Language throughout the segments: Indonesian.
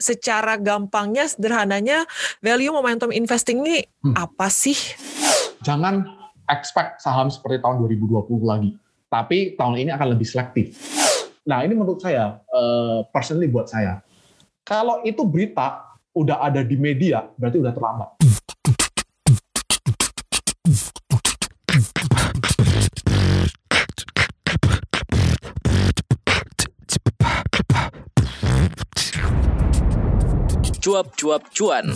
secara gampangnya, sederhananya, value momentum investing ini apa sih? Jangan expect saham seperti tahun 2020 lagi. Tapi tahun ini akan lebih selektif. Nah, ini menurut saya, personally buat saya, kalau itu berita udah ada di media, berarti udah terlambat. Cuap-cuap cuan.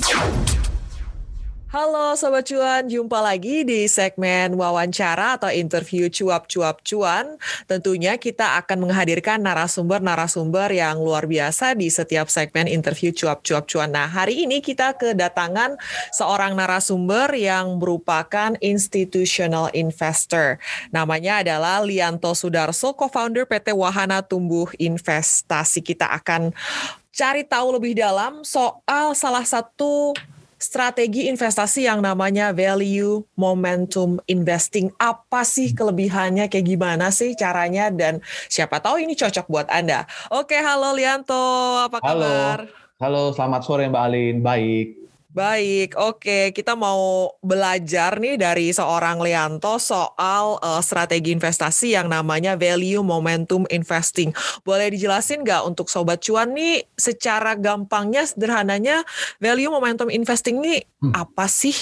Halo Sobat Cuan, jumpa lagi di segmen wawancara atau interview cuap-cuap cuan. Tentunya kita akan menghadirkan narasumber-narasumber yang luar biasa di setiap segmen interview cuap-cuap cuan. Nah, hari ini kita kedatangan seorang narasumber yang merupakan institutional investor. Namanya adalah Lianto Sudarso, co-founder PT Wahana Tumbuh Investasi. Kita akan cari tahu lebih dalam soal salah satu strategi investasi yang namanya value momentum investing. Apa sih kelebihannya, kayak gimana sih caranya, dan siapa tahu ini cocok buat Anda. Oke, halo Lianto, apa kabar? Halo, selamat sore Mbak Alin, baik. Baik, oke. Kita mau belajar nih dari seorang Lianto soal strategi investasi yang namanya value momentum investing. Boleh dijelasin nggak untuk Sobat Cuan nih secara gampangnya, sederhananya, value momentum investing ini apa sih?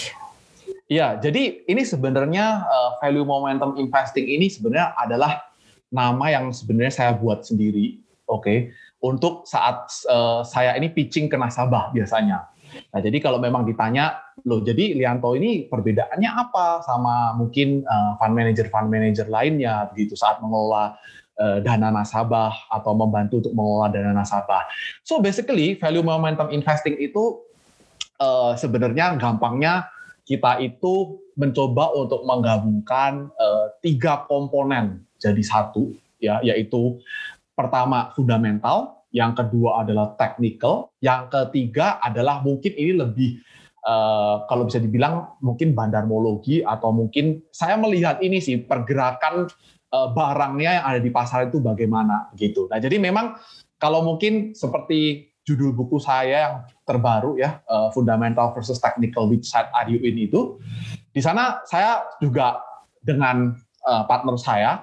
Iya, jadi ini sebenarnya value momentum investing ini sebenarnya adalah nama yang sebenarnya saya buat sendiri, oke, untuk saat saya ini pitching ke nasabah biasanya. Nah, jadi kalau memang ditanya, loh, jadi Lianto ini perbedaannya apa sama mungkin fund manager lainnya begitu saat mengelola dana nasabah atau membantu untuk mengelola dana nasabah. So basically value momentum investing itu sebenarnya gampangnya kita itu mencoba untuk menggabungkan 3 komponen jadi satu, ya, yaitu pertama fundamental, yang kedua adalah technical, yang ketiga adalah mungkin ini lebih kalau bisa dibilang mungkin bandarmologi, atau mungkin saya melihat ini sih pergerakan barangnya yang ada di pasar itu bagaimana gitu. Nah, jadi memang kalau mungkin seperti judul buku saya yang terbaru ya, Fundamental versus Technical, which side are you in, itu di sana saya juga dengan partner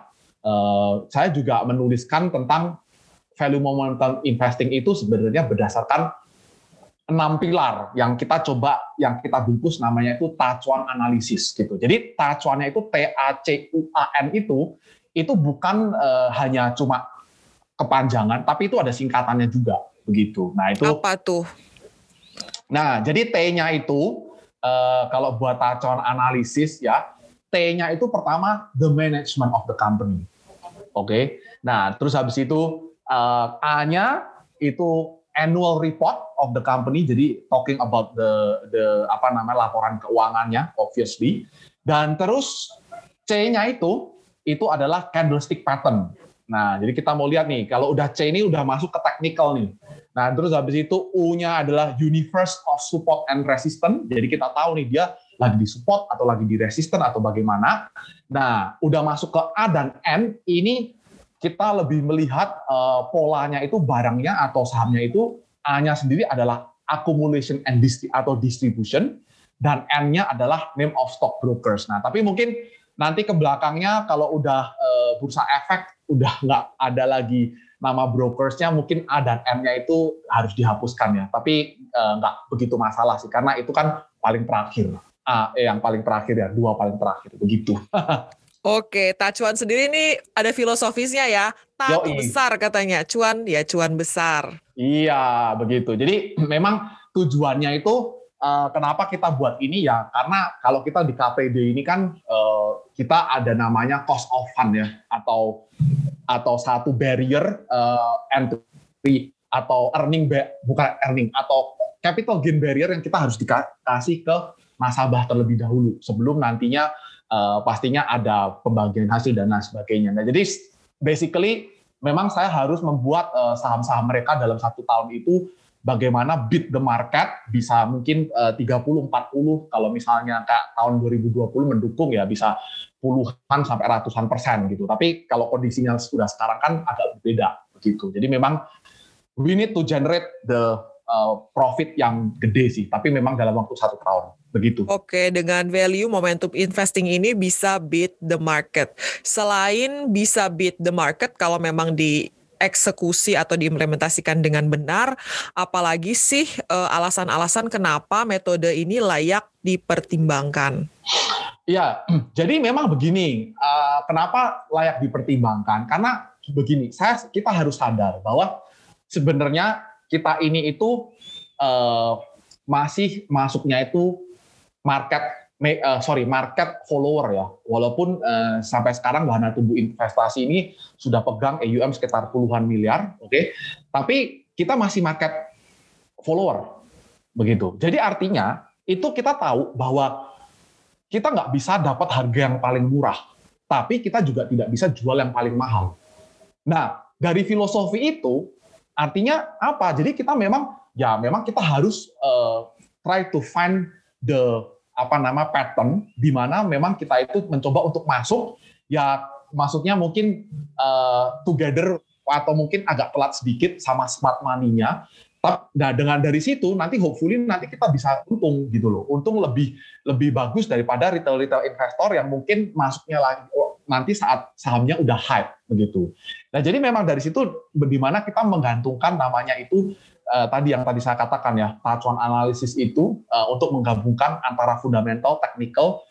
saya juga menuliskan tentang value momentum investing itu sebenarnya berdasarkan 6 pilar yang kita bungkus namanya itu Tacuan Analysis gitu. Jadi Tacuannya itu TACUAN itu bukan hanya cuma kepanjangan, tapi itu ada singkatannya juga begitu. Nah, itu apa tuh? Nah, jadi T-nya itu kalau buat Tacuan Analysis ya, T-nya itu pertama the management of the company. Oke. Nah, terus habis itu A-nya itu annual report of the company, jadi talking about the laporan keuangannya obviously. Dan terus C-nya itu adalah candlestick pattern. Nah, jadi kita mau lihat nih, kalau udah C ini udah masuk ke technical nih. Nah, terus habis itu U-nya adalah universe of support and resistance. Jadi kita tahu nih dia lagi di support atau lagi di resistance atau bagaimana. Nah, udah masuk ke A dan N, ini kita lebih melihat polanya itu barangnya atau sahamnya itu, A-nya sendiri adalah accumulation and distribution, dan N-nya adalah name of stock brokers. Nah, tapi mungkin nanti ke belakangnya kalau udah bursa efek, udah nggak ada lagi nama brokersnya, mungkin A dan N-nya itu harus dihapuskan ya. Tapi nggak begitu masalah sih, karena itu kan paling terakhir. Yang paling terakhir ya, 2 paling terakhir, begitu. Oke, tacuan sendiri ini ada filosofisnya ya. Tak besar katanya, cuan ya cuan besar. Iya, begitu. Jadi memang tujuannya itu kenapa kita buat ini ya, karena kalau kita di KPD ini kan kita ada namanya cost of fund ya, atau satu barrier entry atau atau capital gain barrier yang kita harus dikasih ke nasabah terlebih dahulu sebelum nantinya pastinya ada pembagian hasil dan lain sebagainya. Nah, jadi basically memang saya harus membuat saham-saham mereka dalam 1 tahun itu bagaimana beat the market, bisa mungkin 30-40, kalau misalnya kayak tahun 2020 mendukung ya bisa puluhan sampai ratusan persen gitu. Tapi kalau kondisinya sudah sekarang kan agak berbeda begitu. Jadi memang we need to generate the profit yang gede sih, tapi memang dalam waktu 1 tahun. Begitu. Oke, dengan value momentum investing ini bisa beat the market. Selain bisa beat the market, kalau memang dieksekusi atau diimplementasikan dengan benar, apalagi sih alasan-alasan kenapa metode ini layak dipertimbangkan? Ya, jadi memang begini, kenapa layak dipertimbangkan? Karena begini, kita harus sadar bahwa sebenarnya kita ini itu masih masuknya itu market follower ya. Walaupun sampai sekarang Wahana Tumbuh Investasi ini sudah pegang AUM sekitar puluhan miliar, oke. Tapi kita masih market follower, begitu. Jadi artinya itu kita tahu bahwa kita nggak bisa dapat harga yang paling murah, tapi kita juga tidak bisa jual yang paling mahal. Nah, dari filosofi itu artinya apa? Jadi kita memang kita harus try to find the pattern di mana memang kita itu mencoba untuk masuk, ya maksudnya mungkin together atau mungkin agak telat sedikit sama smart money-nya. Nah, dengan dari situ nanti hopefully nanti kita bisa untung gitu loh. Untung lebih bagus daripada retail investor yang mungkin masuknya lagi nanti saat sahamnya udah hype begitu. Nah, jadi memang dari situ di mana kita menggantungkan namanya itu tadi saya katakan ya, touch on analysis itu untuk menggabungkan antara fundamental, technical.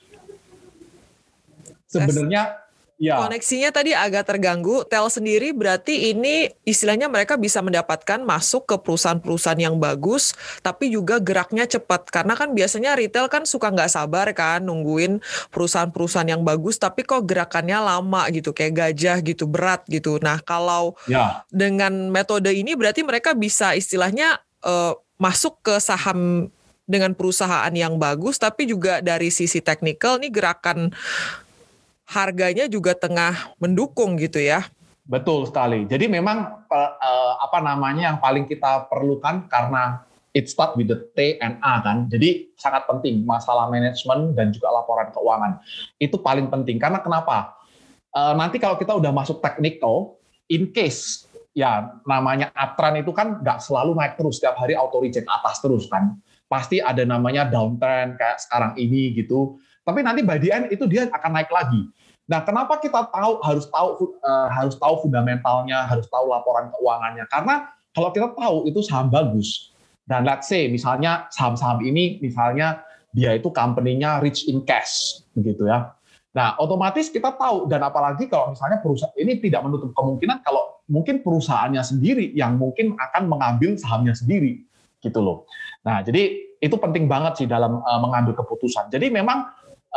Sebenarnya ya. Koneksinya tadi agak terganggu. Tel sendiri berarti ini istilahnya mereka bisa mendapatkan masuk ke perusahaan-perusahaan yang bagus, tapi juga geraknya cepat. Karena kan biasanya retail kan suka nggak sabar kan nungguin perusahaan-perusahaan yang bagus, tapi kok gerakannya lama gitu, kayak gajah gitu, berat gitu. Nah kalau dengan metode ini berarti mereka bisa istilahnya masuk ke saham dengan perusahaan yang bagus, tapi juga dari sisi teknikal nih gerakan harganya juga tengah mendukung gitu ya. Betul sekali. Jadi memang yang paling kita perlukan karena it start with the T and A kan. Jadi sangat penting masalah manajemen dan juga laporan keuangan. Itu paling penting. Karena kenapa? Nanti kalau kita udah masuk technical, in case ya namanya uptrend itu kan nggak selalu naik terus, setiap hari auto reject atas terus kan. Pasti ada namanya downtrend kayak sekarang ini gitu. Tapi nanti by the end itu dia akan naik lagi. Nah, kenapa kita harus tahu fundamentalnya, harus tahu laporan keuangannya? Karena kalau kita tahu itu saham bagus, dan let's say misalnya saham-saham ini misalnya dia itu company-nya rich in cash, begitu ya. Nah, otomatis kita tahu, dan apalagi kalau misalnya perusahaan ini tidak menutup kemungkinan kalau mungkin perusahaannya sendiri yang mungkin akan mengambil sahamnya sendiri, gitu loh. Nah, jadi itu penting banget sih dalam mengambil keputusan. Jadi memang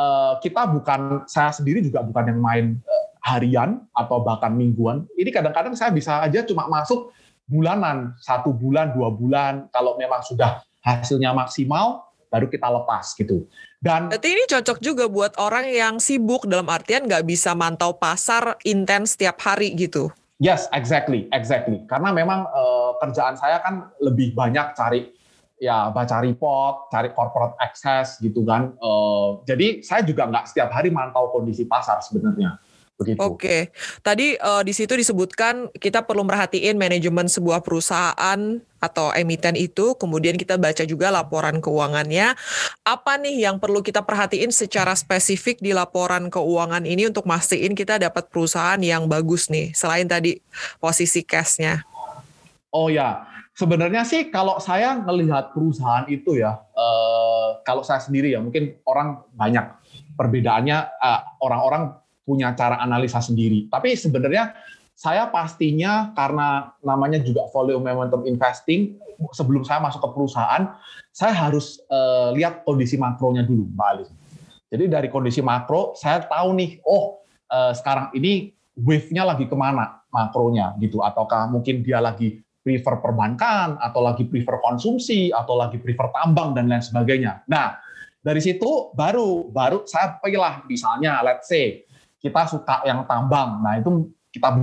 saya sendiri juga bukan yang main harian atau bahkan mingguan. Ini kadang-kadang saya bisa aja cuma masuk bulanan, 1 bulan, 2 bulan. Kalau memang sudah hasilnya maksimal, baru kita lepas gitu. Dan berarti ini cocok juga buat orang yang sibuk dalam artian nggak bisa mantau pasar intens setiap hari gitu. Yes, exactly. Karena memang kerjaan saya kan lebih banyak baca report, cari corporate access gitu kan. Jadi saya juga nggak setiap hari mantau kondisi pasar sebenarnya. Begitu. Oke. Tadi di situ disebutkan kita perlu merhatiin manajemen sebuah perusahaan atau emiten itu, kemudian kita baca juga laporan keuangannya. Apa nih yang perlu kita perhatiin secara spesifik di laporan keuangan ini untuk mastiin kita dapat perusahaan yang bagus nih, selain tadi posisi cash-nya? Oh ya, sebenarnya sih kalau saya melihat perusahaan itu ya, kalau saya sendiri ya mungkin orang banyak perbedaannya, orang-orang punya cara analisa sendiri. Tapi sebenarnya saya pastinya karena namanya juga volume momentum investing, sebelum saya masuk ke perusahaan, saya harus lihat kondisi makronya dulu, Mbak Alis. Jadi dari kondisi makro, saya tahu nih, sekarang ini wave-nya lagi kemana makronya gitu, ataukah mungkin dia lagi prefer perbankan, atau lagi prefer konsumsi, atau lagi prefer tambang, dan lain sebagainya. Nah, dari situ baru saya pilih, misalnya, let's say, kita suka yang tambang, nah itu kita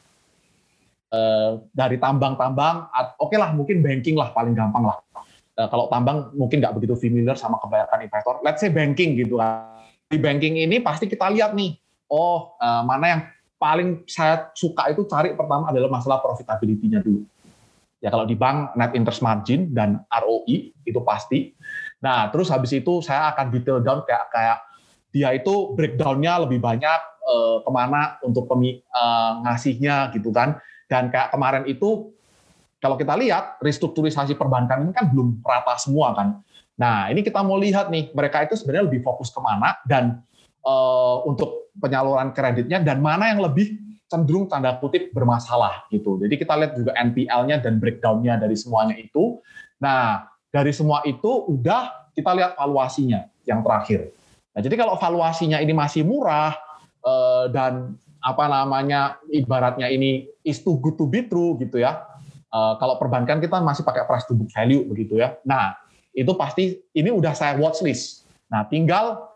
dari tambang, oke lah, mungkin banking lah, paling gampang lah. Kalau tambang mungkin nggak begitu familiar sama kebanyakan investor, let's say banking gitu. Di banking ini pasti kita lihat nih, mana yang paling saya suka itu cari pertama adalah masalah profitability-nya dulu. Ya kalau di bank net interest margin dan ROI itu pasti. Nah, terus habis itu saya akan detail down kayak dia itu breakdown-nya lebih banyak kemana untuk ngasihnya gitu kan. Dan kayak kemarin itu kalau kita lihat restrukturisasi perbankan ini kan belum rata semua kan. Nah, ini kita mau lihat nih mereka itu sebenarnya lebih fokus kemana dan untuk penyaluran kreditnya dan mana yang lebih cenderung tanda kutip bermasalah gitu. Jadi kita lihat juga NPL-nya dan breakdown-nya dari semuanya itu. Nah, dari semua itu udah kita lihat valuasinya yang terakhir. Nah, jadi kalau valuasinya ini masih murah dan ibaratnya ini is too good to be true gitu ya. Kalau perbankan kita masih pakai price to book value begitu ya. Nah, itu pasti ini udah saya watch list. Nah, tinggal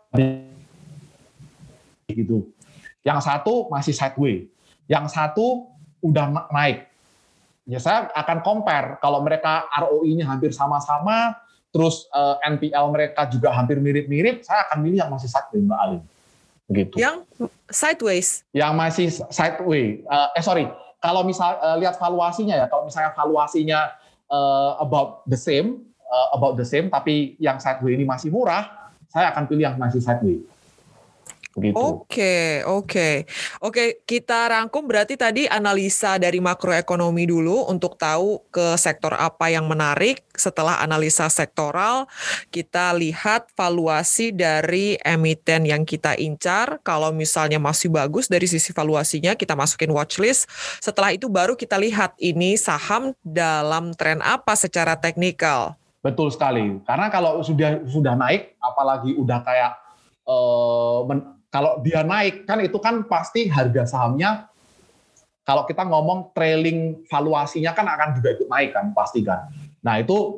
gitu. Yang satu masih sideways. Yang satu udah naik. Ya saya akan compare kalau mereka ROI-nya hampir sama-sama, terus NPL mereka juga hampir mirip-mirip, saya akan milih yang masih sideways, Mbak Alin. Begitu. Yang sideways? Yang masih sideways. Kalau lihat valuasinya ya, kalau misalnya valuasinya about the same, tapi yang sideways ini masih murah, saya akan pilih yang masih sideways. Begitu. Oke, kita rangkum berarti tadi analisa dari makroekonomi dulu untuk tahu ke sektor apa yang menarik. Setelah analisa sektoral, kita lihat valuasi dari emiten yang kita incar. Kalau misalnya masih bagus dari sisi valuasinya, kita masukin watchlist. Setelah itu baru kita lihat ini saham dalam tren apa secara teknikal. Betul sekali. Karena kalau sudah naik, apalagi udah kayak kalau dia naik kan itu kan pasti harga sahamnya, kalau kita ngomong trailing valuasinya kan akan juga ikut naik kan pasti kan. Nah itu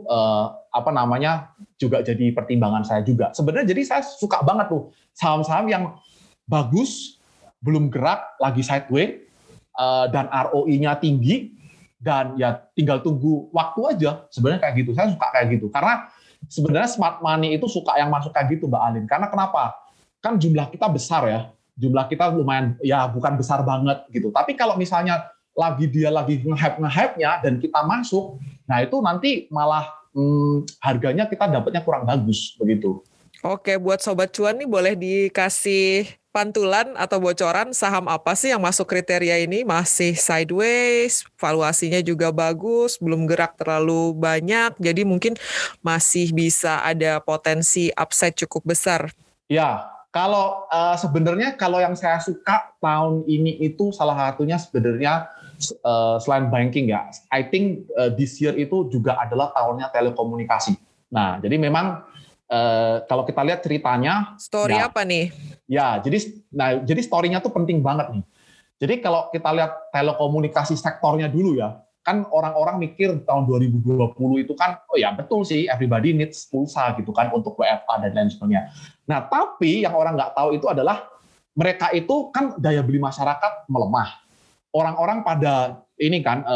juga jadi pertimbangan saya juga. Sebenarnya jadi saya suka banget tuh saham-saham yang bagus, belum gerak, lagi sideways, dan ROI-nya tinggi, dan ya tinggal tunggu waktu aja. Sebenarnya kayak gitu. Saya suka kayak gitu karena sebenarnya smart money itu suka yang masuk kayak gitu Mbak Alin. Karena kenapa? Kan jumlah kita besar ya, jumlah kita lumayan, ya bukan besar banget gitu. Tapi kalau misalnya dia lagi nge-hype-nya dan kita masuk, nah itu nanti malah harganya kita dapatnya kurang bagus begitu. Oke, buat Sobat Cuan nih boleh dikasih pantulan atau bocoran saham apa sih yang masuk kriteria ini? Masih sideways, valuasinya juga bagus, belum gerak terlalu banyak, jadi mungkin masih bisa ada potensi upside cukup besar. Ya, kalau sebenarnya kalau yang saya suka tahun ini itu salah satunya sebenarnya selain banking ya, I think this year itu juga adalah tahunnya telekomunikasi. Nah, jadi memang kalau kita lihat ceritanya. Story apa nih? Ya, jadi story-nya tuh penting banget nih. Jadi kalau kita lihat telekomunikasi sektornya dulu ya, kan orang-orang mikir tahun 2020 itu kan, oh ya betul sih, everybody needs pulsa gitu kan untuk WFA dan lain sebagainya. Nah, tapi yang orang nggak tahu itu adalah mereka itu kan daya beli masyarakat melemah. Orang-orang pada ini kan,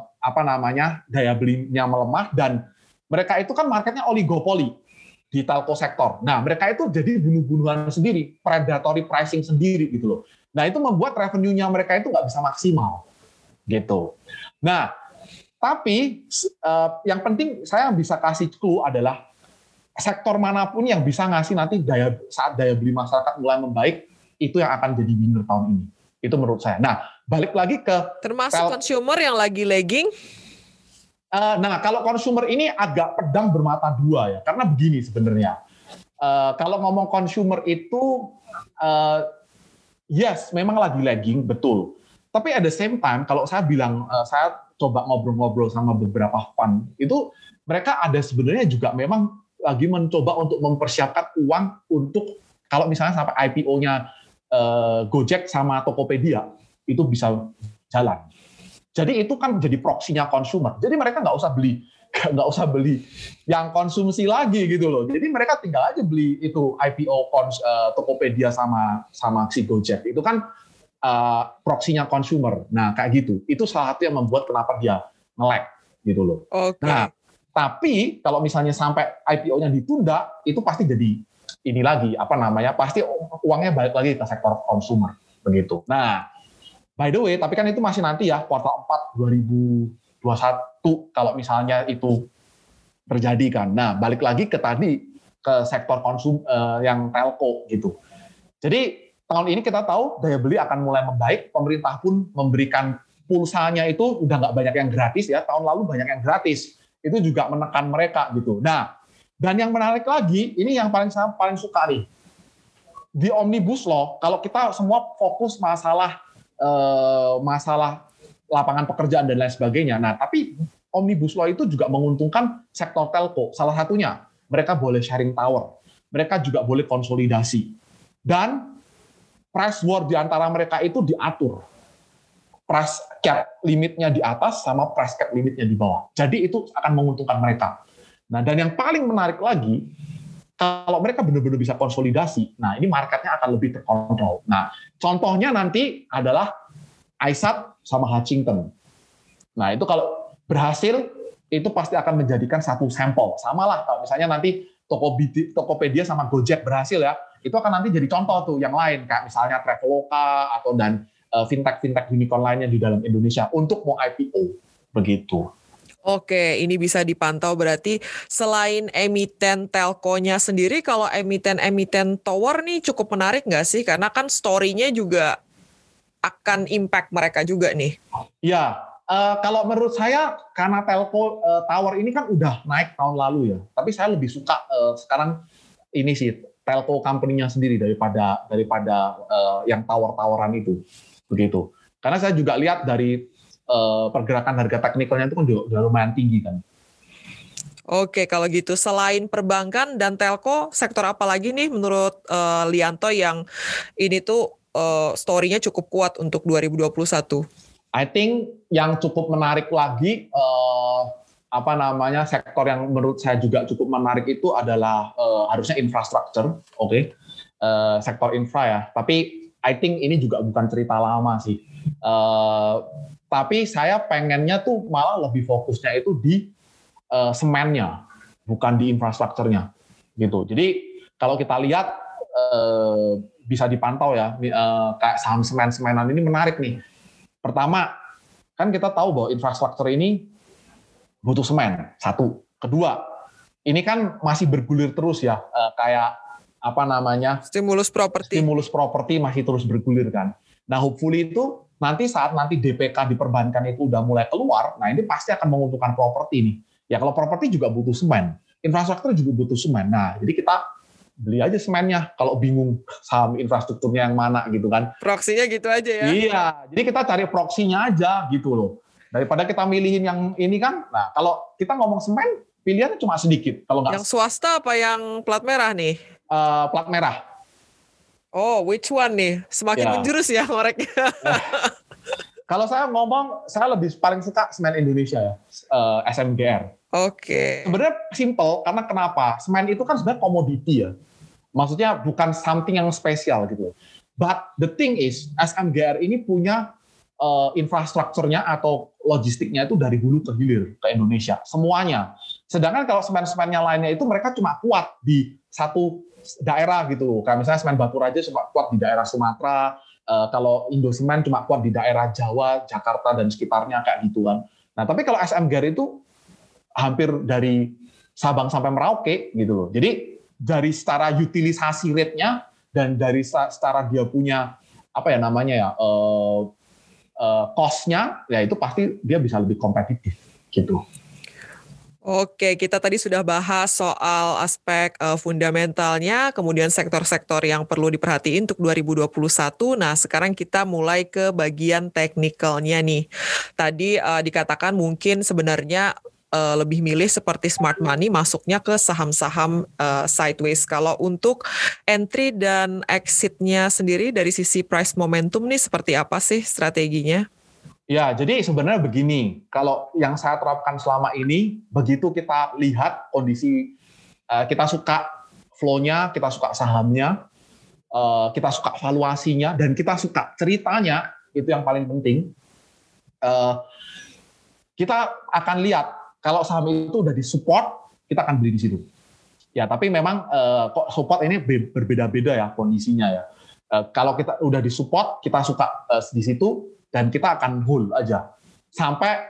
daya belinya melemah dan mereka itu kan marketnya oligopoli di telco sektor. Nah, mereka itu jadi bunuh-bunuhan sendiri, predatory pricing sendiri gitu loh. Nah, itu membuat revenue-nya mereka itu nggak bisa maksimal gitu. Nah, tapi yang penting saya bisa kasih clue adalah sektor manapun yang bisa ngasih nanti saat daya beli masyarakat mulai membaik, itu yang akan jadi winner tahun ini. Itu menurut saya. Nah, balik lagi ke termasuk consumer yang lagi lagging. Nah, kalau consumer ini agak pedang bermata dua ya, karena begini sebenarnya. Kalau ngomong consumer itu, yes, memang lagi lagging, betul. Tapi at the same time, kalau saya bilang, saya coba ngobrol-ngobrol sama beberapa fund, itu mereka ada sebenarnya juga memang lagi mencoba untuk mempersiapkan uang untuk, kalau misalnya sampai IPO-nya Gojek sama Tokopedia, itu bisa jalan. Jadi itu kan jadi proksinya consumer. Jadi mereka nggak usah beli yang konsumsi lagi gitu loh. Jadi mereka tinggal aja beli itu IPO Tokopedia sama si Gojek. Itu kan proksinya consumer. Nah, kayak gitu. Itu salah satu yang membuat kenapa dia nge-lag gitu loh. Okay. Nah, tapi kalau misalnya sampai IPO-nya ditunda, itu pasti jadi ini lagi, pasti uangnya balik lagi ke sektor consumer begitu. Nah, by the way, tapi kan itu masih nanti ya, kuartal 4 2021 kalau misalnya itu terjadi kan. Nah, balik lagi ke sektor yang telco gitu. Jadi tahun ini kita tahu daya beli akan mulai membaik, pemerintah pun memberikan pulsanya itu udah nggak banyak yang gratis ya, tahun lalu banyak yang gratis. Itu juga menekan mereka gitu. Nah, dan yang menarik lagi, ini yang saya paling suka nih. Di Omnibus Law, kalau kita semua fokus masalah lapangan pekerjaan dan lain sebagainya. Nah, tapi Omnibus Law itu juga menguntungkan sektor telco. Salah satunya, mereka boleh sharing tower. Mereka juga boleh konsolidasi. Dan price war di antara mereka itu diatur. Price cap limitnya di atas sama price cap limitnya di bawah. Jadi itu akan menguntungkan mereka. Nah, dan yang paling menarik lagi, kalau mereka benar-benar bisa konsolidasi, nah ini marketnya akan lebih terkontrol. Nah, contohnya nanti adalah iSAT sama Hutchison. Nah, itu kalau berhasil, itu pasti akan menjadikan satu sampel. Sama lah, kalau misalnya nanti Tokopedia sama Gojek berhasil ya, itu akan nanti jadi contoh tuh yang lain, kayak misalnya Traveloka atau fintech unicorn lainnya di dalam Indonesia untuk mau IPO, begitu. Oke, ini bisa dipantau berarti selain emiten telkonya sendiri, kalau emiten tower nih cukup menarik nggak sih? Karena kan story-nya juga akan impact mereka juga nih. Ya, kalau menurut saya karena telco tower ini kan udah naik tahun lalu ya, tapi saya lebih suka sekarang ini sih telco company-nya sendiri daripada yang tower-toweran itu. Begitu. Karena saya juga lihat dari pergerakan harga teknikalnya itu kan udah lumayan tinggi kan. Oke, kalau gitu selain perbankan dan telco, sektor apa lagi nih menurut Lianto yang ini tuh story-nya cukup kuat untuk 2021? I think yang cukup menarik lagi sektor yang menurut saya juga cukup menarik itu adalah harusnya infrastruktur, oke. Sektor infra ya. Tapi I think ini juga bukan cerita lama sih. Tapi saya pengennya tuh malah lebih fokusnya itu di semennya, bukan di infrastrukturnya, gitu. Jadi kalau kita lihat bisa dipantau ya, kayak saham semen-semenan ini menarik nih. Pertama, kan kita tahu bahwa infrastruktur ini butuh semen, satu. Kedua, ini kan masih bergulir terus ya, kayak stimulus properti masih terus bergulir kan. Nah, hopefully itu saat DPK di perbankan itu udah mulai keluar, nah ini pasti akan menguntungkan properti nih. Ya kalau properti juga butuh semen, infrastruktur juga butuh semen. Nah, jadi kita beli aja semennya kalau bingung saham infrastrukturnya yang mana gitu kan. Proksinya gitu aja ya. Iya, jadi kita cari proksinya aja gitu loh. Daripada kita milihin yang ini kan. Nah, kalau kita ngomong semen, pilihannya cuma sedikit. Kalau nggak yang swasta apa yang plat merah nih? Plat merah. Oh, which one nih? Semakin menjurus ya ngoreknya. Kalau saya ngomong, saya paling suka semen Indonesia ya, SMGR. Oke. Sebenarnya simple, karena kenapa? Semen itu kan sebenarnya komoditi ya. Maksudnya bukan something yang spesial gitu. But the thing is, SMGR ini punya infrastrukturnya atau logistiknya itu dari hulu ke hilir ke Indonesia. Semuanya. Sedangkan kalau semen-semennya lainnya itu mereka cuma kuat di satu daerah gitu. Kayak misalnya semen Batu Raja cuma kuat di daerah Sumatera, kalau Indosemen cuma kuat di daerah Jawa, Jakarta dan sekitarnya kayak gitu kan. Nah, tapi kalau SMGR itu hampir dari Sabang sampai Merauke gitu loh. Jadi dari setara utilisasi rate-nya dan dari setara dia punya cost-nya, ya itu pasti dia bisa lebih kompetitif gitu. Oke, kita tadi sudah bahas soal aspek fundamentalnya, kemudian sektor-sektor yang perlu diperhatiin untuk 2021. Nah, sekarang kita mulai ke bagian teknikalnya nih. Tadi dikatakan mungkin sebenarnya lebih milih seperti smart money masuknya ke saham-saham sideways. Kalau untuk entry dan exit-nya sendiri dari sisi price momentum nih seperti apa sih strateginya? Ya, jadi sebenarnya begini, kalau yang saya terapkan selama ini, begitu kita lihat kondisi, kita suka flow-nya, kita suka sahamnya, kita suka valuasinya, dan kita suka ceritanya, itu yang paling penting, kita akan lihat, kalau saham itu udah di-support, kita akan beli di situ. Ya, tapi memang kok support ini berbeda-beda ya kondisinya ya. Kalau kita udah di-support, kita suka di situ, dan kita akan hold aja. sampai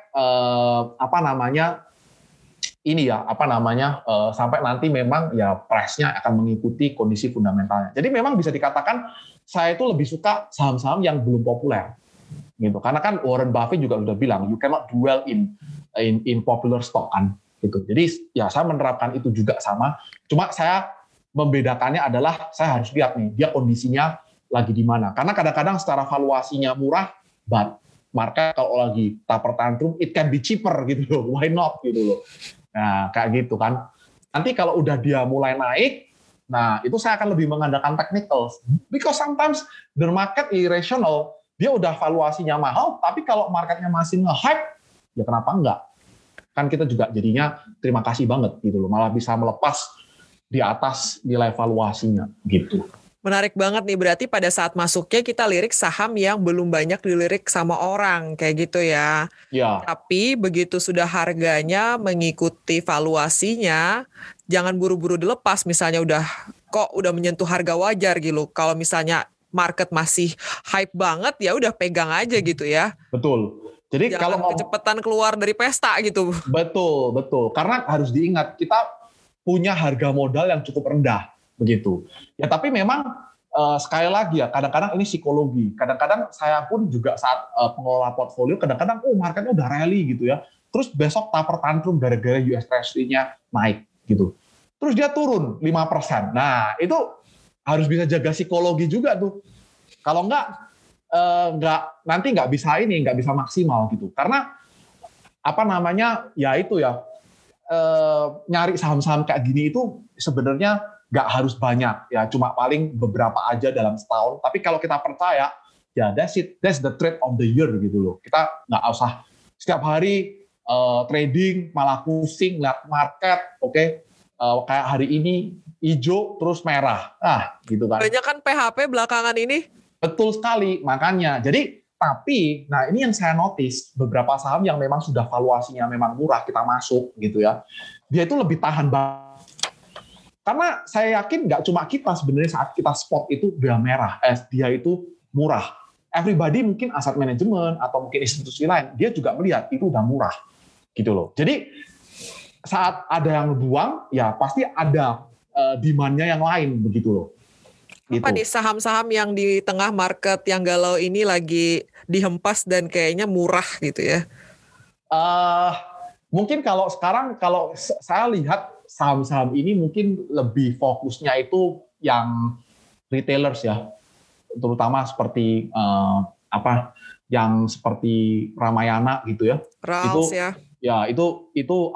sampai nanti memang ya price-nya akan mengikuti kondisi fundamentalnya. Jadi memang bisa dikatakan saya itu lebih suka saham-saham yang belum populer gitu. Karena kan Warren Buffett juga udah bilang you cannot dwell in popular stock kan gitu. Jadi ya saya menerapkan itu juga sama. Cuma saya membedakannya adalah saya harus lihat nih dia kondisinya lagi di mana. Karena kadang-kadang secara valuasinya murah, but market kalau lagi taper tantrum, it can be cheaper gitu loh. Why not gitu loh. Nah kayak gitu kan. Nanti kalau udah dia mulai naik, nah itu saya akan lebih mengandalkan technicals. Because sometimes the market irrational, dia udah valuasinya mahal, tapi kalau marketnya masih nge-hype, ya kenapa enggak? Kan kita juga jadinya terima kasih banget gitu loh, malah bisa melepas di atas nilai valuasinya gitu. Menarik banget nih, berarti pada saat masuknya kita lirik saham yang belum banyak dilirik sama orang, kayak gitu ya. Ya. Tapi begitu sudah harganya mengikuti valuasinya, jangan buru-buru dilepas, misalnya udah menyentuh harga wajar gitu. Kalau misalnya market masih hype banget, ya udah pegang aja gitu ya. Betul. Jadi jangan kalau kecepatan keluar dari pesta gitu. Betul. Karena harus diingat, kita punya harga modal yang cukup rendah, begitu. Ya tapi memang sekali lagi ya, kadang-kadang ini psikologi. Kadang-kadang saya pun juga saat pengelola portfolio, kadang-kadang marketnya udah rally gitu ya. Terus besok taper tantrum gara-gara US Treasury-nya naik gitu. Terus dia turun 5%. Nah itu harus bisa jaga psikologi juga tuh. Kalau nanti nggak bisa maksimal gitu. Karena nyari saham-saham kayak gini itu sebenarnya nggak harus banyak ya, cuma paling beberapa aja dalam setahun. Tapi kalau kita percaya, ya that's the trade of the year gitu loh. Kita nggak usah setiap hari trading malah pusing lihat market, oke? Kayak hari ini hijau terus merah, gitu kan. Banyak kan PHP belakangan ini. Betul sekali, makanya. Tapi, ini yang saya notice, beberapa saham yang memang sudah valuasinya memang murah, kita masuk gitu ya, dia itu lebih tahan banget. Karena saya yakin nggak cuma kita sebenarnya saat kita spot itu dia merah, dia itu murah. Everybody mungkin aset manajemen atau mungkin institusi lain, dia juga melihat itu udah murah gitu loh. Jadi saat ada yang buang, ya pasti ada demand-nya yang lain begitu loh. Apa nih saham-saham yang di tengah market yang galau ini lagi dihempas dan kayaknya murah gitu ya? Mungkin kalau sekarang, kalau saya lihat saham-saham ini mungkin lebih fokusnya itu yang retailers ya, terutama seperti yang seperti Ramayana gitu ya. Rals itu, ya. Ya itu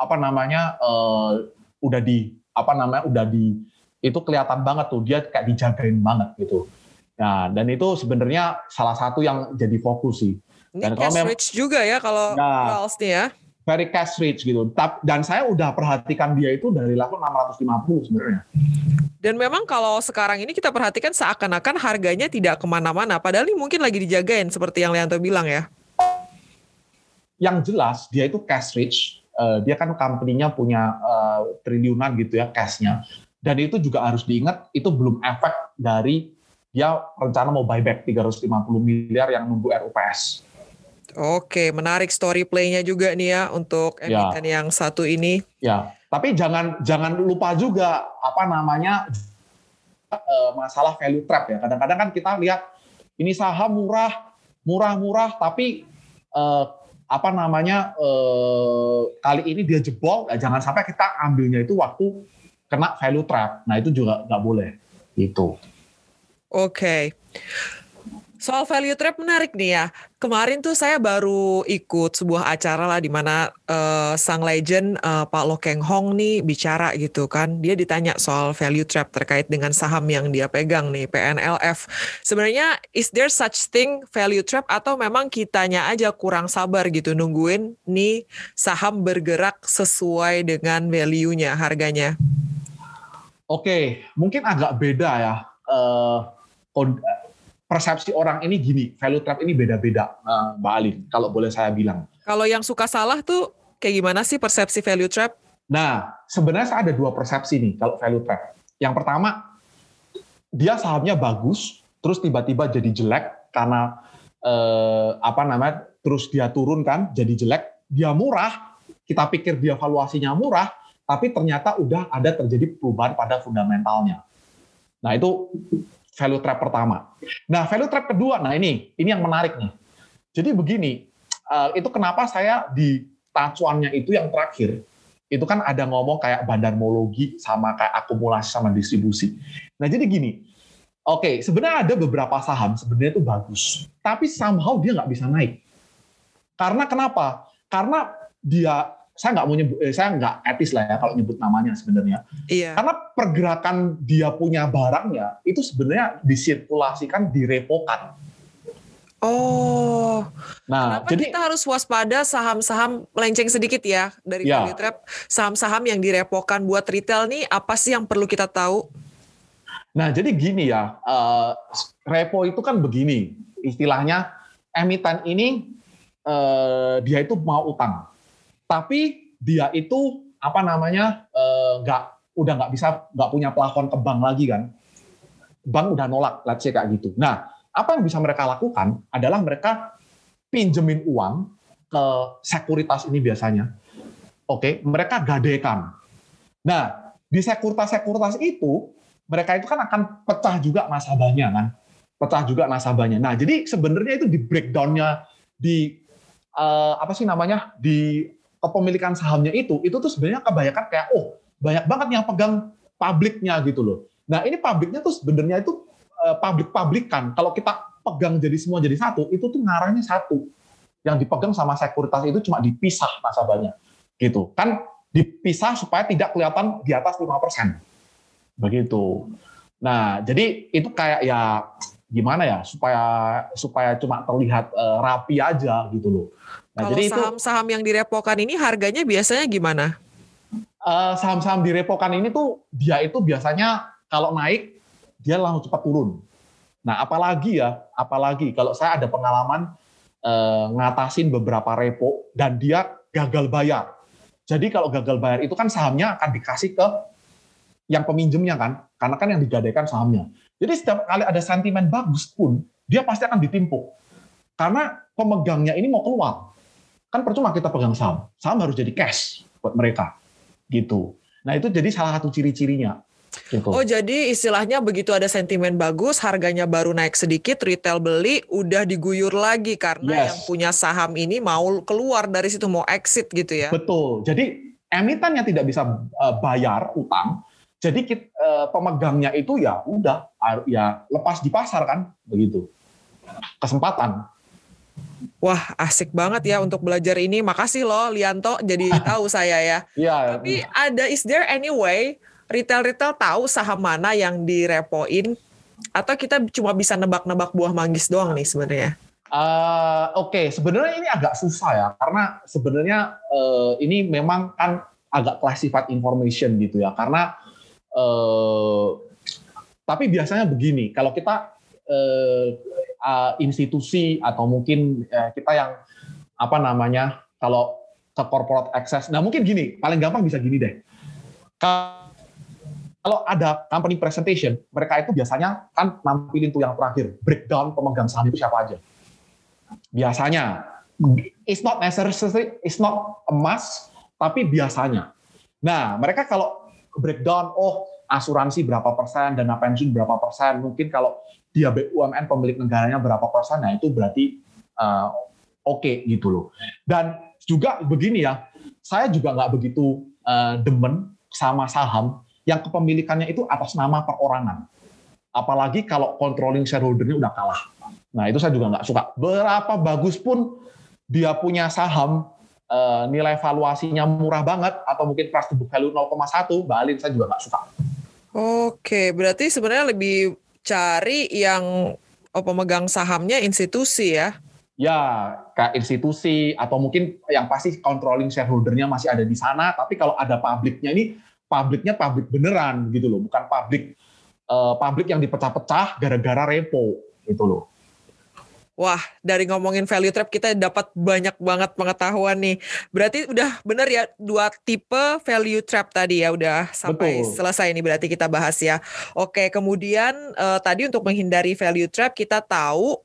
itu kelihatan banget tuh, dia kayak dijagain banget gitu. Nah, dan itu sebenarnya salah satu yang jadi fokus sih. Ini cash rich juga ya kalau Rals nih ya. Very cash rich gitu. Dan saya udah perhatikan dia itu dari level 650 sebenarnya. Dan memang kalau sekarang ini kita perhatikan seakan-akan harganya tidak kemana-mana. Padahal ini mungkin lagi dijagain seperti yang Leanto bilang ya. Yang jelas dia itu cash rich. Dia kan company-nya punya triliunan gitu ya cash-nya. Dan itu juga harus diingat, itu belum efek dari dia rencana mau buyback 350 miliar yang nunggu RUPS. Oke, menarik story play-nya juga nih ya untuk emiten yang satu ini. Ya, tapi jangan lupa juga masalah value trap ya. Kadang-kadang kan kita lihat ini saham murah, tapi kali ini dia jebol, jangan sampai kita ambilnya itu waktu kena value trap. Nah itu juga nggak boleh. Gitu. Oke. Soal value trap menarik nih ya. Kemarin tuh saya baru ikut sebuah acara lah di mana sang legend Pak Loh Keng Hong nih bicara gitu kan. Dia ditanya soal value trap terkait dengan saham yang dia pegang nih, PNLF. Sebenarnya is there such thing value trap atau memang kitanya aja kurang sabar gitu nungguin nih saham bergerak sesuai dengan value-nya, harganya? Oke, mungkin agak beda ya. Persepsi orang ini gini, value trap ini beda-beda, Mbak Alin, kalau boleh saya bilang. Kalau yang suka salah tuh kayak gimana sih persepsi value trap? Nah, sebenarnya saya ada dua persepsi nih kalau value trap. Yang pertama, dia sahamnya bagus, terus tiba-tiba jadi jelek karena terus dia turun kan, jadi jelek, dia murah, kita pikir dia valuasinya murah, tapi ternyata udah ada terjadi perubahan pada fundamentalnya. Nah, itu value trap pertama. Nah, value trap kedua, nah ini yang menarik nih. Jadi begini, itu kenapa saya di tacuannya itu yang terakhir, itu kan ada ngomong kayak bandarmologi sama kayak akumulasi sama distribusi. Nah, jadi gini, oke, sebenarnya ada beberapa saham sebenarnya itu bagus, tapi somehow dia nggak bisa naik. Karena kenapa? Karena saya nggak etis lah ya kalau nyebut namanya sebenarnya. Iya. Karena pergerakan dia punya barangnya itu sebenarnya disirkulasikan, direpokan. Oh, Nah, kenapa kita harus waspada saham-saham melenceng sedikit ya dari value trap? Saham-saham yang direpokan buat retail nih, apa sih yang perlu kita tahu? Nah, jadi gini ya, repo itu kan begini, istilahnya emiten ini dia itu mau utang. Tapi dia itu udah nggak punya plafon ke bank lagi kan, bank udah nolak, let's say kayak gitu. Nah, apa yang bisa mereka lakukan adalah mereka pinjemin uang ke sekuritas ini biasanya, mereka gadekan. Nah, di sekuritas itu mereka itu kan akan pecah juga nasabahnya kan, Nah, jadi sebenarnya itu di breakdown-nya di di kepemilikan sahamnya itu tuh sebenarnya kebanyakan kayak banyak banget yang pegang publiknya gitu loh. Nah, ini publiknya tuh sebenarnya itu publik-publikan. Kalau kita pegang jadi semua jadi satu, itu tuh ngarahnya satu. Yang dipegang sama sekuritas itu cuma dipisah nasabahnya. Gitu. Kan dipisah supaya tidak kelihatan di atas 5%. Begitu. Nah, jadi itu kayak ya gimana ya supaya cuma terlihat rapi aja gitu loh. Nah, kalau jadi saham-saham yang direpokan ini harganya biasanya gimana? Saham-saham direpokan ini tuh dia itu biasanya kalau naik dia langsung cepat turun. Nah, apalagi kalau saya ada pengalaman ngatasin beberapa repo dan dia gagal bayar. Jadi kalau gagal bayar itu kan sahamnya akan dikasih ke yang peminjemnya kan, karena kan yang digadaikan sahamnya. Jadi setiap kali ada sentimen bagus pun, dia pasti akan ditimpuk. Karena pemegangnya ini mau keluar. Kan percuma kita pegang saham. Saham harus jadi cash buat mereka. Gitu. Nah, itu jadi salah satu ciri-cirinya. Gitu. Oh, jadi istilahnya begitu ada sentimen bagus, harganya baru naik sedikit, retail beli, udah diguyur lagi karena yang punya saham ini mau keluar dari situ, mau exit gitu ya? Betul. Jadi emiten yang tidak bisa bayar utang, jadi pemegangnya itu ya udah ya lepas di pasar kan, begitu. Kesempatan. Wah, asik banget ya untuk belajar ini. Makasih loh Lianto, jadi tahu saya ya. Iya. Tapi is there any way retail tahu saham mana yang direpoin, atau kita cuma bisa nebak-nebak buah manggis doang nih sebenarnya? Sebenarnya ini agak susah ya, karena sebenarnya ini memang kan agak classified information gitu ya, karena tapi biasanya begini, kalau kita institusi atau mungkin kita yang kalau ke corporate access, nah mungkin gini, paling gampang bisa gini deh. Kalau ada company presentation, mereka itu biasanya kan nampilin tuh yang terakhir, breakdown pemegang saham itu siapa aja. Biasanya, it's not necessary, it's not a must, tapi biasanya. Nah, mereka kalau breakdown, asuransi berapa persen, dana pensiun berapa persen, mungkin kalau dia BUMN pemilik negaranya berapa persen, nah itu berarti oke gitu loh. Dan juga begini ya, saya juga nggak begitu demen sama saham yang kepemilikannya itu atas nama perorangan. Apalagi kalau controlling shareholder-nya udah kalah. Nah, itu saya juga nggak suka. Berapa bagus pun dia punya saham, nilai valuasinya murah banget, atau mungkin price to book value 0,1, Mbak Alin, saya juga nggak suka. Oke, berarti sebenarnya lebih cari yang pemegang sahamnya institusi ya? Ya, kayak institusi, atau mungkin yang pasti controlling shareholder-nya masih ada di sana, tapi kalau ada publiknya ini, publiknya publik beneran gitu loh, bukan publik yang dipecah-pecah gara-gara repo gitu loh. Wah, dari ngomongin value trap kita dapat banyak banget pengetahuan nih. Berarti udah bener ya 2 tipe value trap tadi ya, udah sampai selesai nih berarti kita bahas ya. Oke, kemudian tadi untuk menghindari value trap kita tahu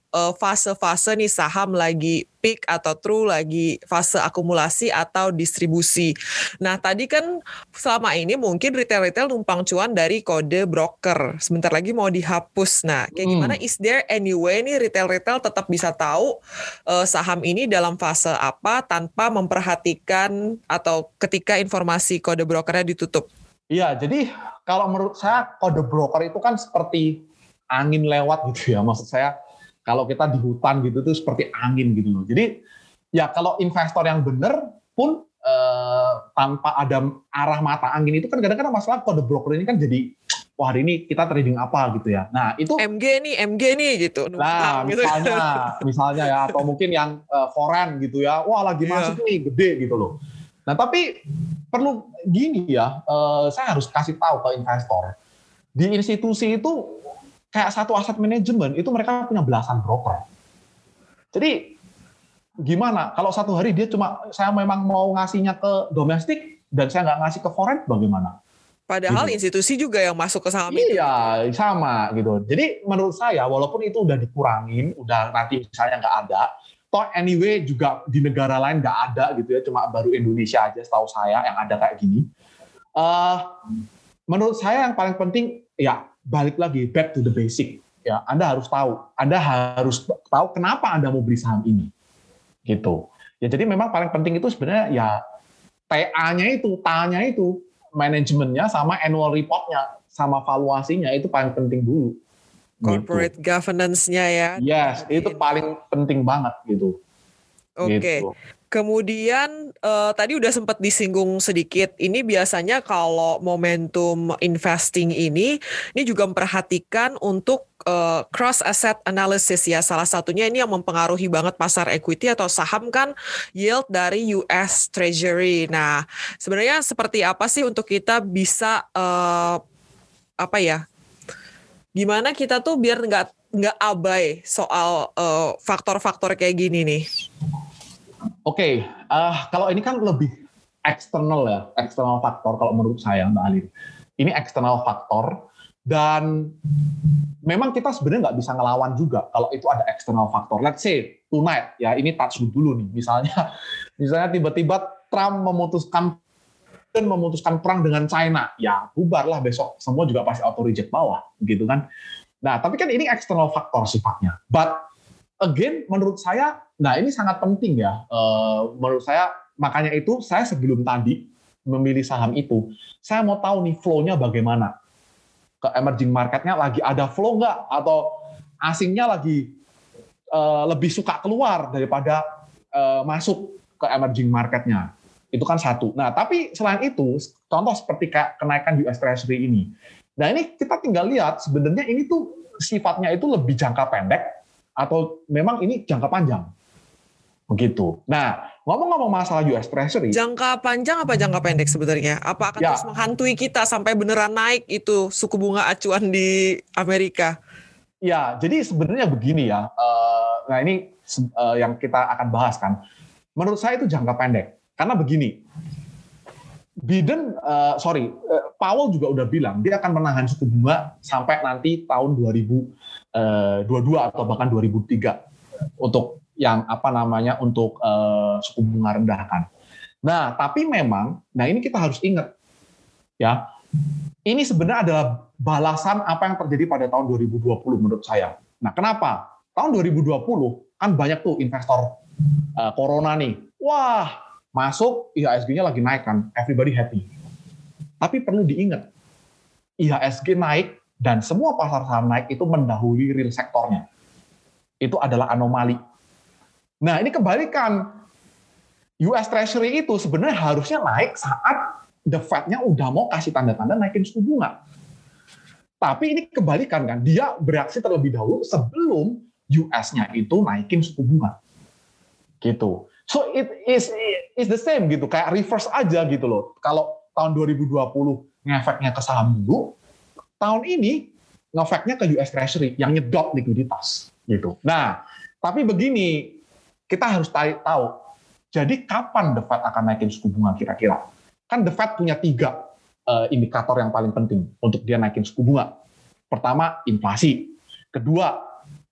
fase-fase nih saham lagi peak atau true, lagi fase akumulasi atau distribusi. Nah tadi kan selama ini mungkin retail-retail numpang cuan dari kode broker. Sebentar lagi mau dihapus. Nah kayak gimana, is there any way nih retail-retail tetap bisa tahu saham ini dalam fase apa tanpa memperhatikan atau ketika informasi kode brokernya ditutup? Iya, jadi kalau menurut saya kode broker itu kan seperti angin lewat gitu ya. Maksud saya kalau kita di hutan gitu tuh seperti angin gitu loh. Jadi ya kalau investor yang benar pun tanpa ada arah mata angin itu kan kadang-kadang masalah kode broker ini kan jadi wah hari ini kita trading apa gitu ya. Nah itu MG nih gitu. Nah misalnya ya atau mungkin yang foreign gitu ya. Wah lagi masuk nih gede gitu loh. Nah tapi perlu gini ya, saya harus kasih tahu ke investor di institusi itu kayak satu aset manajemen itu mereka punya belasan broker. Jadi gimana kalau satu hari dia saya memang mau ngasihnya ke domestik dan saya nggak ngasih ke foreign bagaimana? Padahal gitu. Institusi juga yang masuk ke saham itu. Iya sama gitu. Jadi menurut saya walaupun itu udah dikurangin, udah nanti misalnya nggak ada, toh anyway juga di negara lain nggak ada gitu ya, cuma baru Indonesia aja setahu saya yang ada kayak gini. Menurut saya yang paling penting ya balik lagi back to the basic ya. Anda harus tahu kenapa Anda mau beli saham ini gitu ya. Jadi memang paling penting itu sebenarnya ya TA-nya itu manajemennya sama annual report-nya sama valuasinya itu paling penting dulu. Corporate gitu. Governance-nya ya. Yes, itu paling penting banget gitu. Oke. Gitu. Kemudian tadi udah sempat disinggung sedikit, ini biasanya kalau momentum investing ini juga memperhatikan untuk cross asset analysis ya. Salah satunya ini yang mempengaruhi banget pasar equity atau saham kan yield dari US Treasury. Nah, sebenarnya seperti apa sih untuk kita bisa gimana kita tuh biar nggak abai soal faktor-faktor kayak gini nih? Oke, kalau ini kan lebih eksternal faktor kalau menurut saya Mbak Alin. Ini eksternal faktor dan memang kita sebenarnya nggak bisa ngelawan juga kalau itu ada eksternal faktor. Let's say tonight ya, ini touch dulu nih. Misalnya tiba-tiba Trump memutuskan perang dengan China, ya bubarlah besok semua juga pasti auto reject bawah, gitu kan. Nah, tapi kan ini eksternal faktor sifatnya. But again, menurut saya, nah ini sangat penting ya. Menurut saya, makanya itu saya sebelum tadi memilih saham itu, saya mau tahu nih flow-nya bagaimana. Ke emerging market-nya lagi ada flow nggak? Atau asingnya lagi lebih suka keluar daripada masuk ke emerging market-nya. Itu kan satu. Nah, tapi selain itu, contoh seperti kayak kenaikan US Treasury ini. Nah, ini kita tinggal lihat sebenarnya ini tuh sifatnya itu lebih jangka pendek atau memang ini jangka panjang. Begitu. Nah, ngomong-ngomong masalah US Treasury. Jangka panjang apa jangka pendek sebenarnya? Apa akan terus menghantui kita sampai beneran naik itu suku bunga acuan di Amerika? Ya, jadi sebenarnya begini ya. Nah, ini yang kita akan bahas kan. Menurut saya itu jangka pendek. Karena begini, Powell juga udah bilang dia akan menahan suku bunga sampai nanti tahun 2022 atau bahkan 2003 untuk yang untuk suku bunga rendah kan. Nah, tapi memang, ini kita harus ingat ya, ini sebenarnya adalah balasan apa yang terjadi pada tahun 2020 menurut saya. Nah, kenapa? Tahun 2020 kan banyak tuh investor corona nih. Wah, masuk IHSG-nya lagi naik kan, everybody happy. Tapi perlu diingat, IHSG naik dan semua pasar saham naik itu mendahului real sektornya. Itu adalah anomali. Nah, ini kebalikan. US Treasury itu sebenarnya harusnya naik saat the Fed-nya udah mau kasih tanda-tanda naikin suku bunga. Tapi ini kebalikan kan, dia bereaksi terlebih dahulu sebelum US-nya itu naikin suku bunga. Gitu. So it is the same gitu, kayak reverse aja gitu loh. Kalau tahun 2020 ngefeknya ke saham dulu, tahun ini ngefeknya ke US Treasury yang nyedot likuiditas gitu. Nah, tapi begini, kita harus tahu, jadi kapan The Fed akan naikin suku bunga kira-kira? Kan The Fed punya 3 indikator yang paling penting untuk dia naikin suku bunga. Pertama, inflasi. Kedua,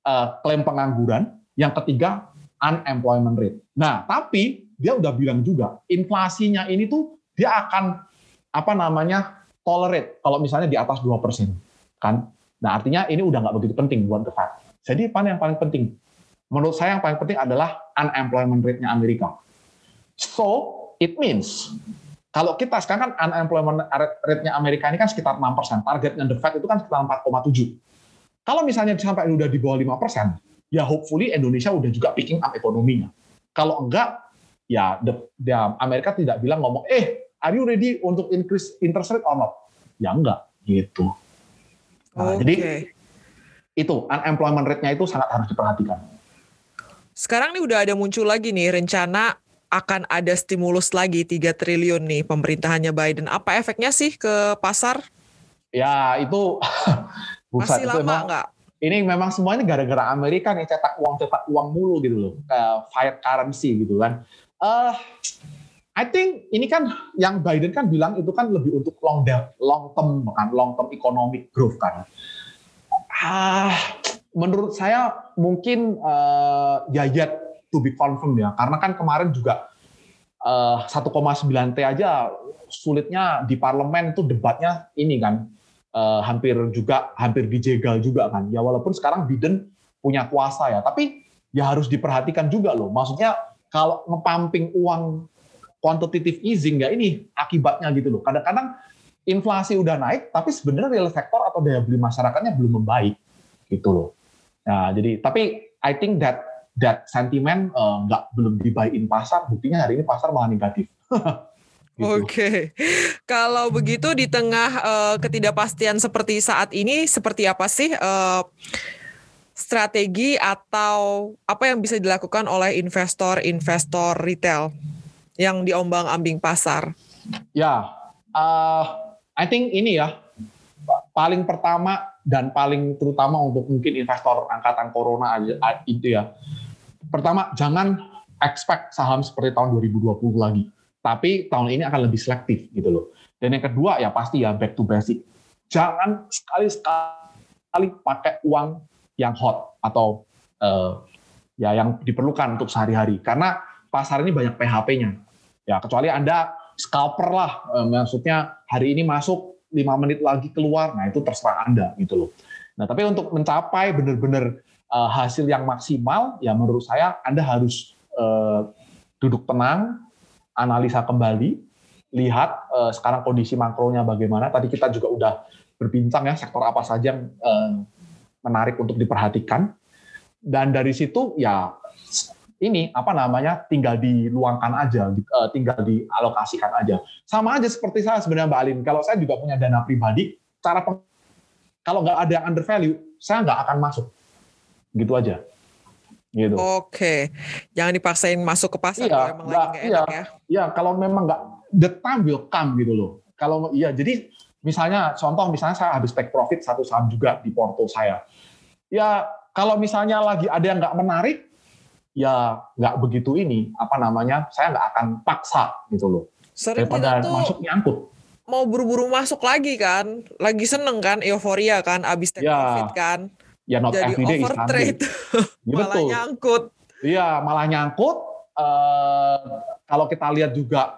klaim pengangguran, yang ketiga unemployment rate. Nah, tapi dia udah bilang juga inflasinya ini tuh dia akan tolerate kalau misalnya di atas 2%, kan? Nah, artinya ini udah nggak begitu penting buat the Fed. Jadi yang paling penting? Menurut saya yang paling penting adalah unemployment rate-nya Amerika. So, it means kalau kita sekarang kan unemployment rate-nya Amerika ini kan sekitar 6%. Targetnya the Fed itu kan sekitar 4,7. Kalau misalnya sampai udah di bawah 5%, ya hopefully Indonesia udah juga picking up ekonominya. Kalau enggak, ya Amerika tidak bilang ngomong, are you ready untuk increase interest rate or not? Ya enggak, gitu. Nah, jadi itu unemployment rate-nya itu sangat harus diperhatikan. Sekarang nih udah ada muncul lagi nih rencana akan ada stimulus lagi 3 triliun nih pemerintahannya Biden. Apa efeknya sih ke pasar? Ya itu masih lama nggak? Ini memang semuanya gara-gara Amerika nih cetak uang mulu gitu loh, fiat currency gitu kan. I think ini kan yang Biden kan bilang itu kan lebih untuk long term economic growth kan. Menurut saya mungkin yet to be confirmed ya, karena kan kemarin juga 1,9 T aja sulitnya di parlemen itu debatnya ini kan hampir dijegal juga kan. Ya walaupun sekarang Biden punya kuasa ya, tapi ya harus diperhatikan juga loh. Maksudnya kalau ngepumping uang quantitative easing ya ini akibatnya gitu loh. Kadang-kadang inflasi udah naik, tapi sebenarnya real sector atau daya beli masyarakatnya belum membaik gitu loh. Nah, jadi tapi I think that sentiment belum dibuy-in pasar, buktinya hari ini pasar malah negatif. Gitu. Oke. Kalau begitu di tengah ketidakpastian seperti saat ini, seperti apa sih strategi atau apa yang bisa dilakukan oleh investor retail yang diombang-ambing pasar? Ya, I think ini ya paling pertama dan paling terutama untuk mungkin investor angkatan corona aja itu ya. Pertama, jangan expect saham seperti tahun 2020 lagi. Tapi tahun ini akan lebih selektif gitu loh. Dan yang kedua ya pasti ya back to basic. Jangan sekali pakai uang yang hot atau ya yang diperlukan untuk sehari-hari. Karena pasar ini banyak PHP-nya. Ya kecuali Anda scalper lah, maksudnya hari ini masuk 5 menit lagi keluar, nah itu terserah Anda gitu loh. Nah tapi untuk mencapai benar-benar hasil yang maksimal, ya menurut saya Anda harus duduk tenang, analisa kembali, lihat sekarang kondisi makronya bagaimana. Tadi kita juga udah berbincang ya sektor apa saja yang menarik untuk diperhatikan. Dan dari situ ya ini tinggal diluangkan aja, tinggal dialokasikan aja. Sama aja seperti saya sebenarnya Mbak Alin. Kalau saya juga punya dana pribadi, kalau nggak ada yang undervalue, saya nggak akan masuk. Gitu aja. Gitu. Oke, jangan dipaksain masuk ke pasar kalau memang lagi nggak enak ya. Iya, kalau memang nggak, the time will come gitu loh. Kalau jadi misalnya saya habis take profit satu saham juga di porto saya. Ya kalau misalnya lagi ada yang nggak menarik, ya nggak begitu saya nggak akan paksa gitu loh. Sering daripada kita tuh masuk nyangkut. Mau buru-buru masuk lagi kan, lagi seneng kan, euforia kan, abis take profit kan. Ya not jadi everyday is overtrade, malah betul. nyangkut. Iya, malah nyangkut. Kalau kita lihat juga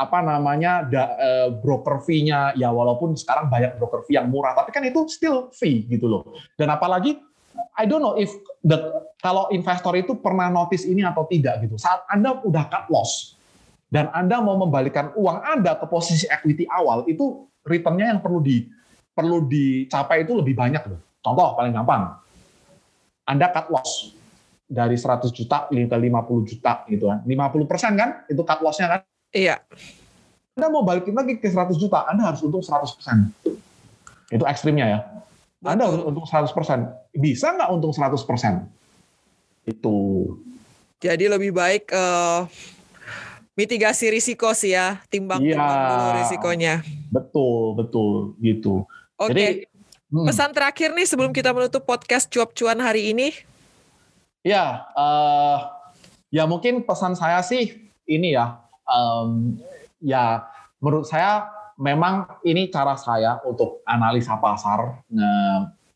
broker fee-nya, ya walaupun sekarang banyak broker fee yang murah, tapi kan itu still fee gitu loh. Dan apalagi, I don't know if kalau investor itu pernah notice ini atau tidak gitu. Saat Anda udah cut loss dan Anda mau membalikan uang Anda ke posisi equity awal, itu return-nya yang perlu dicapai itu lebih banyak loh. Contoh paling gampang, Anda cut loss dari 100 juta ke 50 juta gitu kan. 50% kan itu cut loss-nya kan? Iya. Anda mau balikin lagi ke 100 juta, Anda harus untung 100%. Itu ekstrimnya ya. Betul. Anda harus untung 100%. Bisa nggak untung 100%? Itu. Jadi lebih baik mitigasi risiko sih ya, timbang dulu risikonya. Betul gitu. Oke. Jadi pesan terakhir nih sebelum kita menutup podcast cuap-cuan hari ini. Ya, ya mungkin pesan saya sih ini ya, ya menurut saya memang ini cara saya untuk analisa pasar.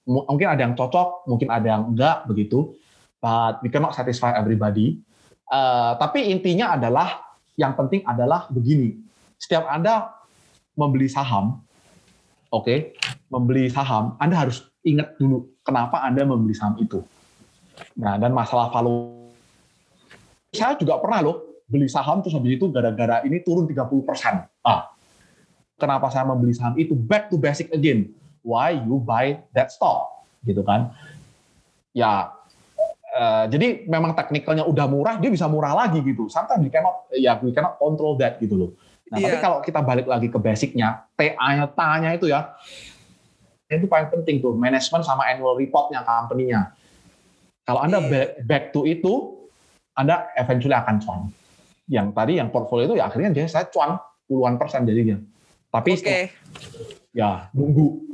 Mungkin ada yang cocok, mungkin ada yang enggak begitu. But we cannot satisfy everybody. Tapi intinya adalah, yang penting adalah begini. Setiap Anda membeli saham, membeli saham, Anda harus ingat dulu kenapa Anda membeli saham itu. Nah, dan masalah valuasi. Saya juga pernah loh beli saham terus habis itu gara-gara ini turun 30%. Kenapa saya membeli saham itu? Back to basic again. Why you buy that stock? Gitu kan. Ya, jadi memang teknikalnya udah murah, dia bisa murah lagi gitu. Sometimes we cannot control that gitu loh. Nah, tapi kalau kita balik lagi ke basicnya, TA-nya itu ya, itu paling penting tuh, manajemen sama annual report-nya company-nya. Kalau Anda back to itu, Anda eventually akan cuan. Yang tadi yang portfolio itu ya akhirnya saya cuan puluhan % jadinya. Tapi ya nunggu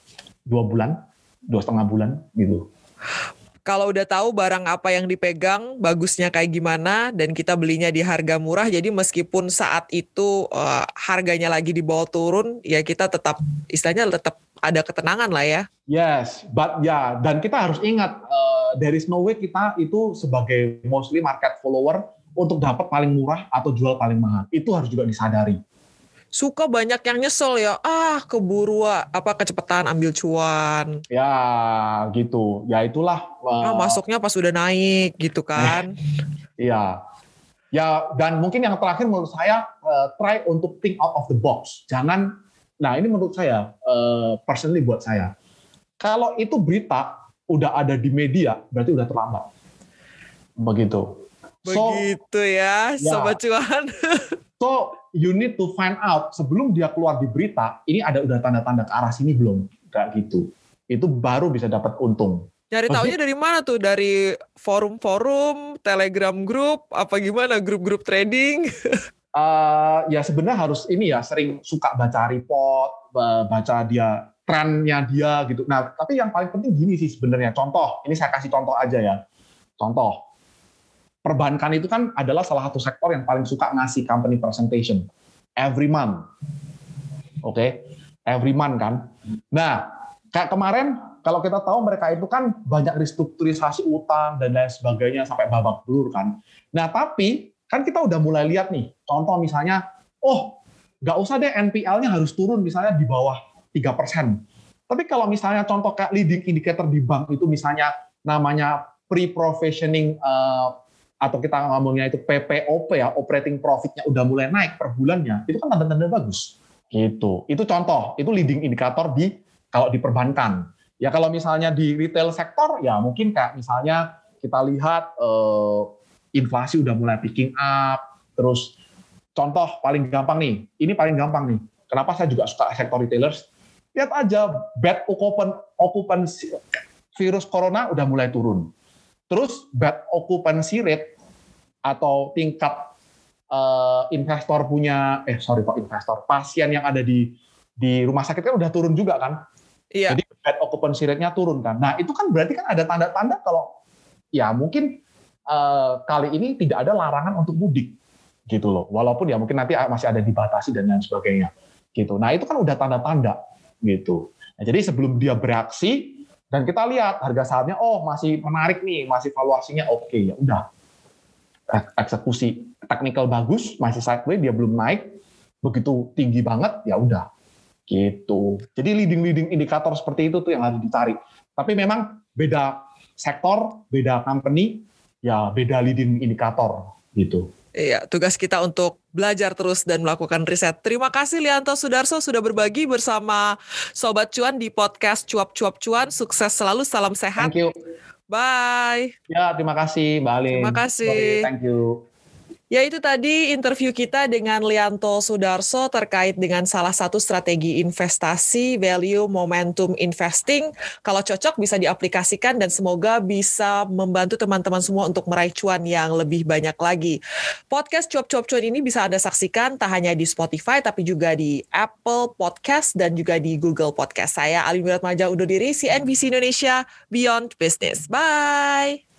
2,5 bulan gitu. Kalau udah tahu barang apa yang dipegang, bagusnya kayak gimana, dan kita belinya di harga murah, jadi meskipun saat itu harganya lagi di bawah turun, ya kita tetap, istilahnya tetap ada ketenangan lah ya. Yes, but ya, dan kita harus ingat, there is no way kita itu sebagai mostly market follower untuk dapat paling murah atau jual paling mahal. Itu harus juga disadari. Suka banyak yang nyesel ya, keburu kecepatan ambil cuan. Ya gitu, ya itulah. Masuknya pas udah naik gitu kan. Iya, ya dan mungkin yang terakhir menurut saya, try untuk think out of the box. Jangan, nah ini menurut saya, personally buat saya, kalau itu berita udah ada di media, berarti udah terlambat. Begitu ya, Sobat Cuan. So, you need to find out sebelum dia keluar di berita, ini udah tanda-tanda ke arah sini belum? Kayak gitu. Itu baru bisa dapat untung. Nyari taunya dari mana tuh? Dari forum-forum, Telegram group, apa gimana? Grup-grup trading? Ya sebenarnya harus ini ya, sering suka baca report, baca dia, trennya dia gitu. Nah, tapi yang paling penting gini sih sebenarnya. Contoh, ini saya kasih contoh aja ya. Contoh. Perbankan itu kan adalah salah satu sektor yang paling suka ngasih company presentation every month. Every month kan. Nah, kayak kemarin kalau kita tahu mereka itu kan banyak restrukturisasi utang dan lain sebagainya sampai babak belur kan. Nah, tapi kan kita udah mulai lihat nih, contoh misalnya, nggak usah deh NPL-nya harus turun misalnya di bawah 3%. Tapi kalau misalnya contoh kayak leading indicator di bank itu misalnya namanya pre-provisioning atau kita ngomongnya itu PPOP ya, operating profit-nya udah mulai naik per bulannya, itu kan tanda-tanda bagus. Gitu. Itu contoh, itu leading indikator kalau di perbankan. Ya kalau misalnya di retail sektor, ya mungkin kayak misalnya kita lihat inflasi udah mulai picking up, terus contoh paling gampang nih, ini paling gampang nih, kenapa saya juga suka sektor retailers, lihat aja bad occupancy virus corona udah mulai turun. Terus bad occupancy rate atau tingkat pasien yang ada di rumah sakit kan udah turun juga kan. Iya. Jadi bad occupancy rate-nya turun kan. Nah itu kan berarti kan ada tanda-tanda kalau ya mungkin kali ini tidak ada larangan untuk mudik gitu loh. Walaupun ya mungkin nanti masih ada dibatasi dan lain sebagainya gitu. Nah itu kan udah tanda-tanda gitu. Nah, jadi sebelum dia bereaksi dan kita lihat harga sahamnya, masih menarik nih, masih valuasinya oke, ya udah. Eksekusi teknikal bagus, masih sideways, dia belum naik, begitu tinggi banget, ya udah. Gitu. Jadi leading indikator seperti itu tuh yang harus dicari. Tapi memang beda sektor, beda company, ya beda leading indikator gitu. Iya, tugas kita untuk belajar terus dan melakukan riset. Terima kasih Lianto Sudarso sudah berbagi bersama Sobat Cuan di podcast Cuap-Cuap Cuan. Sukses selalu, salam sehat. Thank you. Bye. Ya, terima kasih Mbak Alin. Terima kasih. Thank you. Ya itu tadi interview kita dengan Lianto Sudarso terkait dengan salah satu strategi investasi value momentum investing. Kalau cocok bisa diaplikasikan dan semoga bisa membantu teman-teman semua untuk meraih cuan yang lebih banyak lagi. Podcast Cuap-Cuap Cuan ini bisa Anda saksikan tak hanya di Spotify tapi juga di Apple Podcast dan juga di Google Podcast. Saya Alin Wiratmaja undur diri, CNBC Indonesia Beyond Business. Bye.